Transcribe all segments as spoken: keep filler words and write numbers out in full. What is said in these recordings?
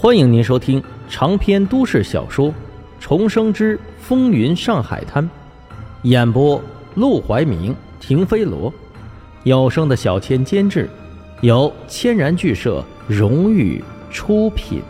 欢迎您收听长篇都市小说《重生之风云上海滩》，演播陆怀明、停飞罗，有声的小千监制，由千然剧社荣誉出品。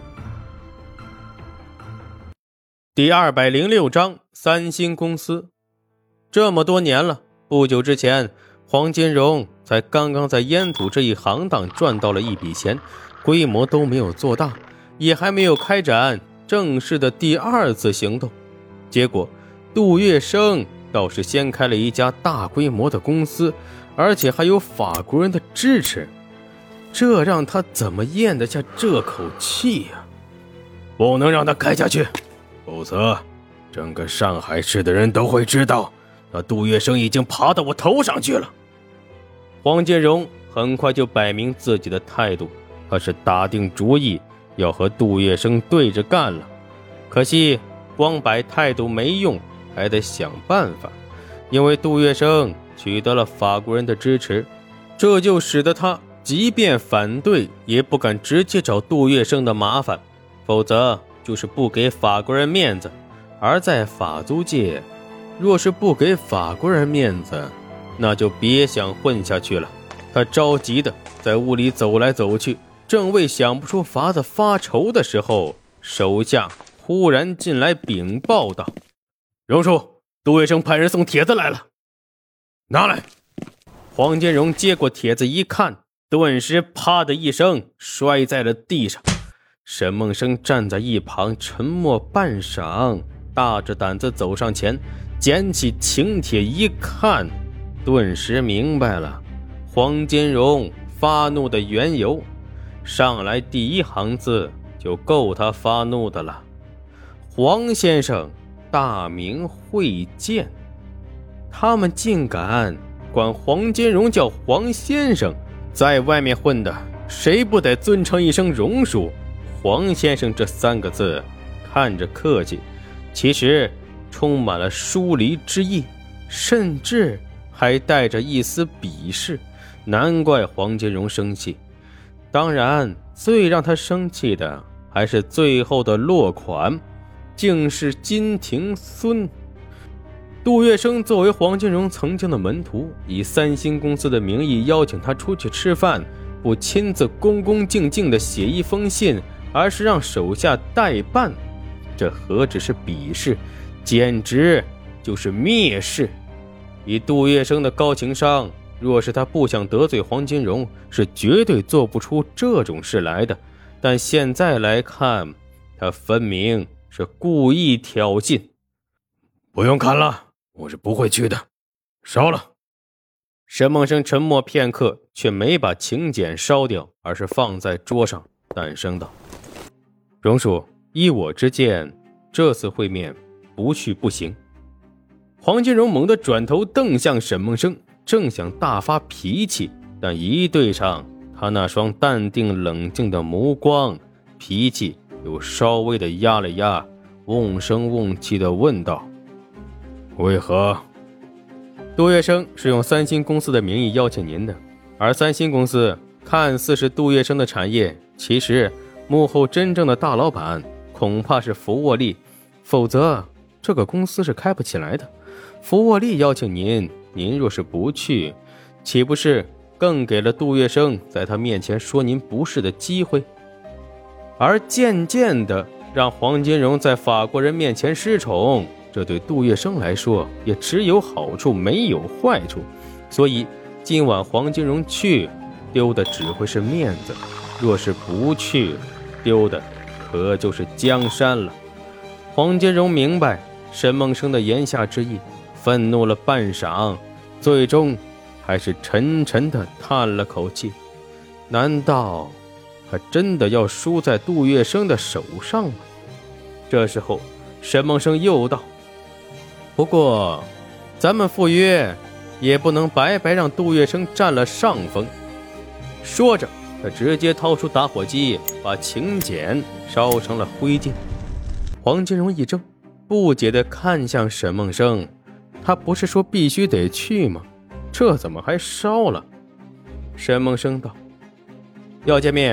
第二百零六章，三星公司。这么多年了，不久之前黄金荣才刚刚在烟土这一行当赚到了一笔钱，规模都没有做大，也还没有开展正式的第二次行动。结果杜月笙倒是先开了一家大规模的公司，而且还有法国人的支持，这让他怎么咽得下这口气呀、啊？不能让他开下去，否则整个上海市的人都会知道那杜月笙已经爬到我头上去了。黄金荣很快就摆明自己的态度，他是打定主意要和杜月笙对着干了。可惜光摆态度没用，还得想办法。因为杜月笙取得了法国人的支持，这就使得他即便反对也不敢直接找杜月笙的麻烦，否则就是不给法国人面子。而在法租界，若是不给法国人面子，那就别想混下去了。他着急的在屋里走来走去，正为想不出法子发愁的时候，手下忽然进来禀报道：荣叔，杜月笙派人送帖子来了。拿来。黄金荣接过帖子一看，顿时啪的一声摔在了地上。沈梦生站在一旁沉默半晌，大着胆子走上前，捡起请帖一看，顿时明白了黄金荣发怒的缘由。上来第一行字就够他发怒的了：黄先生大名会见。他们竟敢管黄金荣叫黄先生，在外面混的谁不得尊称一声荣叔？黄先生这三个字看着客气，其实充满了疏离之意，甚至还带着一丝鄙视，难怪黄金荣生气。当然最让他生气的还是最后的落款，竟是金庭孙。杜月笙作为黄金荣曾经的门徒，以三星公司的名义邀请他出去吃饭，不亲自恭恭敬敬地写一封信，而是让手下代办，这何止是鄙视，简直就是蔑视。以杜月笙的高情商，若是他不想得罪黄金荣，是绝对做不出这种事来的。但现在来看，他分明是故意挑衅。不用看了，我是不会去的，烧了。沈梦生沉默片刻，却没把请柬烧掉，而是放在桌上，淡声道：荣叔，依我之见，这次会面不去不行。黄金荣猛地转头瞪向沈梦生，正想大发脾气，但一对上他那双淡定冷静的目光，脾气又稍微的压了压，瓮声瓮气的问道：为何？杜月笙是用三星公司的名义邀请您的，而三星公司看似是杜月笙的产业，其实幕后真正的大老板恐怕是福沃利，否则这个公司是开不起来的。福沃利邀请您，您若是不去，岂不是更给了杜月笙在他面前说您不是的机会？而渐渐的让黄金荣在法国人面前失宠，这对杜月笙来说也只有好处没有坏处。所以今晚黄金荣去，丢的只会是面子，若是不去，丢的可就是江山了。黄金荣明白沈梦生的言下之意，愤怒了半晌，最终还是沉沉地叹了口气。难道他真的要输在杜月笙的手上吗？这时候沈梦生又道：不过咱们赴约也不能白白让杜月笙占了上风。说着他直接掏出打火机，把请柬烧成了灰烬。黄金荣一怔，不解地看向沈梦生，他不是说必须得去吗？这怎么还烧了？沈梦生道：要见面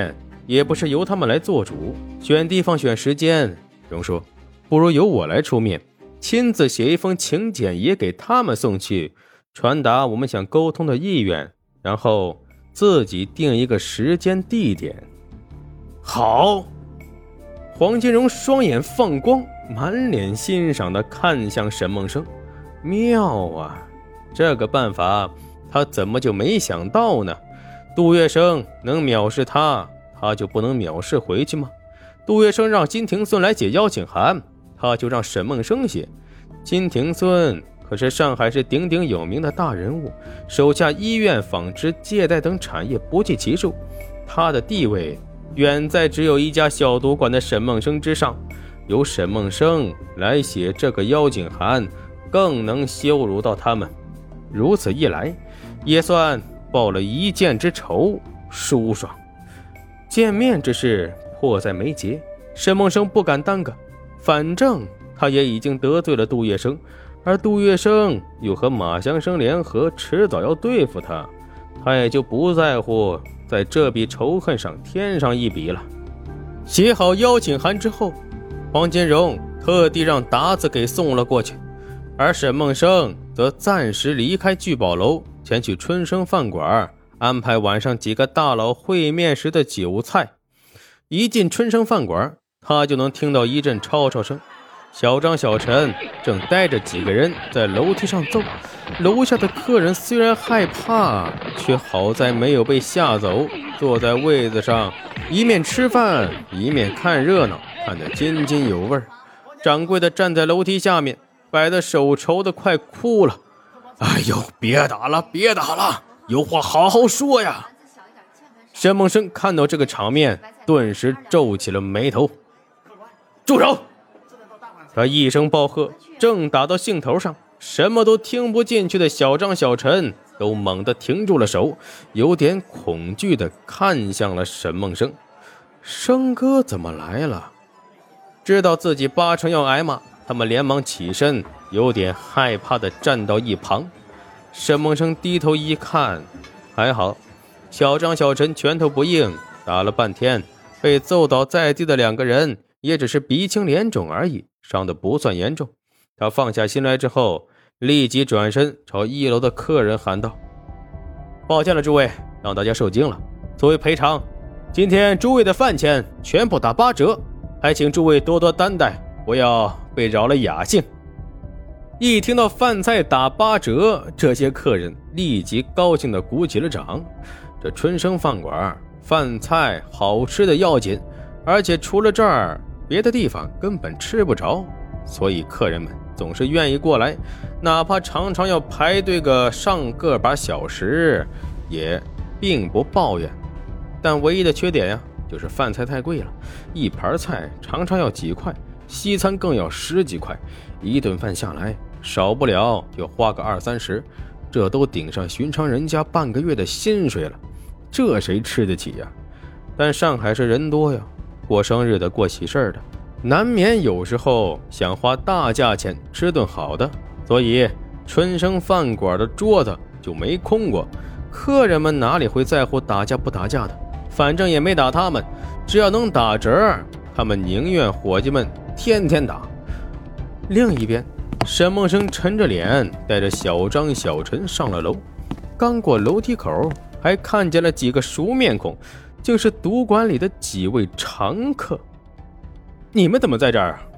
也不是由他们来做主，选地方选时间。荣说，不如由我来出面，亲自写一封请柬也给他们送去，传达我们想沟通的意愿，然后自己定一个时间地点。好！黄金荣双眼放光，满脸欣赏地看向沈梦生。妙啊，这个办法他怎么就没想到呢？杜月笙能藐视他，他就不能藐视回去吗？杜月笙让金庭孙来写邀请函，他就让沈梦生写。金庭孙可是上海市鼎鼎有名的大人物，手下医院、纺织、借贷等产业不计其数，他的地位远在只有一家小赌馆的沈梦生之上。由沈梦生来写这个邀请函，更能羞辱到他们。如此一来，也算报了一箭之仇，舒爽。见面之事迫在眉睫，沈梦生不敢耽搁，反正他也已经得罪了杜月笙，而杜月笙又和马祥生联合，迟早要对付他，他也就不在乎在这笔仇恨上添上一笔了。写好邀请函之后，黄金荣特地让达子给送了过去，而沈梦生则暂时离开聚宝楼，前去春生饭馆安排晚上几个大佬会面时的酒菜。一进春生饭馆，他就能听到一阵吵吵声。小张、小陈正带着几个人在楼梯上奏，楼下的客人虽然害怕，却好在没有被吓走，坐在位子上一面吃饭一面看热闹，看得津津有味。掌柜的站在楼梯下面，摆的手愁的快哭了。哎呦，别打了别打了，有话好好说呀。沈梦生看到这个场面，顿时皱起了眉头。住手！他一声暴喝，正打到兴头上，什么都听不进去的小张、小陈都猛地停住了手，有点恐惧地看向了沈梦生。生哥怎么来了？知道自己八成要挨骂，他们连忙起身，有点害怕地站到一旁。沈梦生低头一看，还好，小张、小陈拳头不硬，打了半天，被揍倒在地的两个人也只是鼻青脸肿而已，伤得不算严重。他放下心来之后，立即转身朝一楼的客人喊道：抱歉了诸位，让大家受惊了。作为赔偿，今天诸位的饭钱全部打八折，还请诸位多多担待，不要被扰了雅兴。一听到饭菜打八折，这些客人立即高兴地鼓起了掌。这春生饭馆饭菜好吃的要紧，而且除了这儿别的地方根本吃不着，所以客人们总是愿意过来，哪怕常常要排队个上个把小时，也并不抱怨。但唯一的缺点呀，就是饭菜太贵了，一盘菜常常要几块，西餐更要十几块，一顿饭下来少不了就花个二三十，这都顶上寻常人家半个月的薪水了，这谁吃得起呀？但上海市人多呀，过生日的过喜事的，难免有时候想花大价钱吃顿好的，所以春生饭馆的桌子就没空过。客人们哪里会在乎打架不打架的，反正也没打他们，只要能打折，他们宁愿伙计们天天打。另一边，沈梦生沉着脸带着小张、小陈上了楼，刚过楼梯口，还看见了几个熟面孔，竟是赌馆里的几位常客。你们怎么在这儿？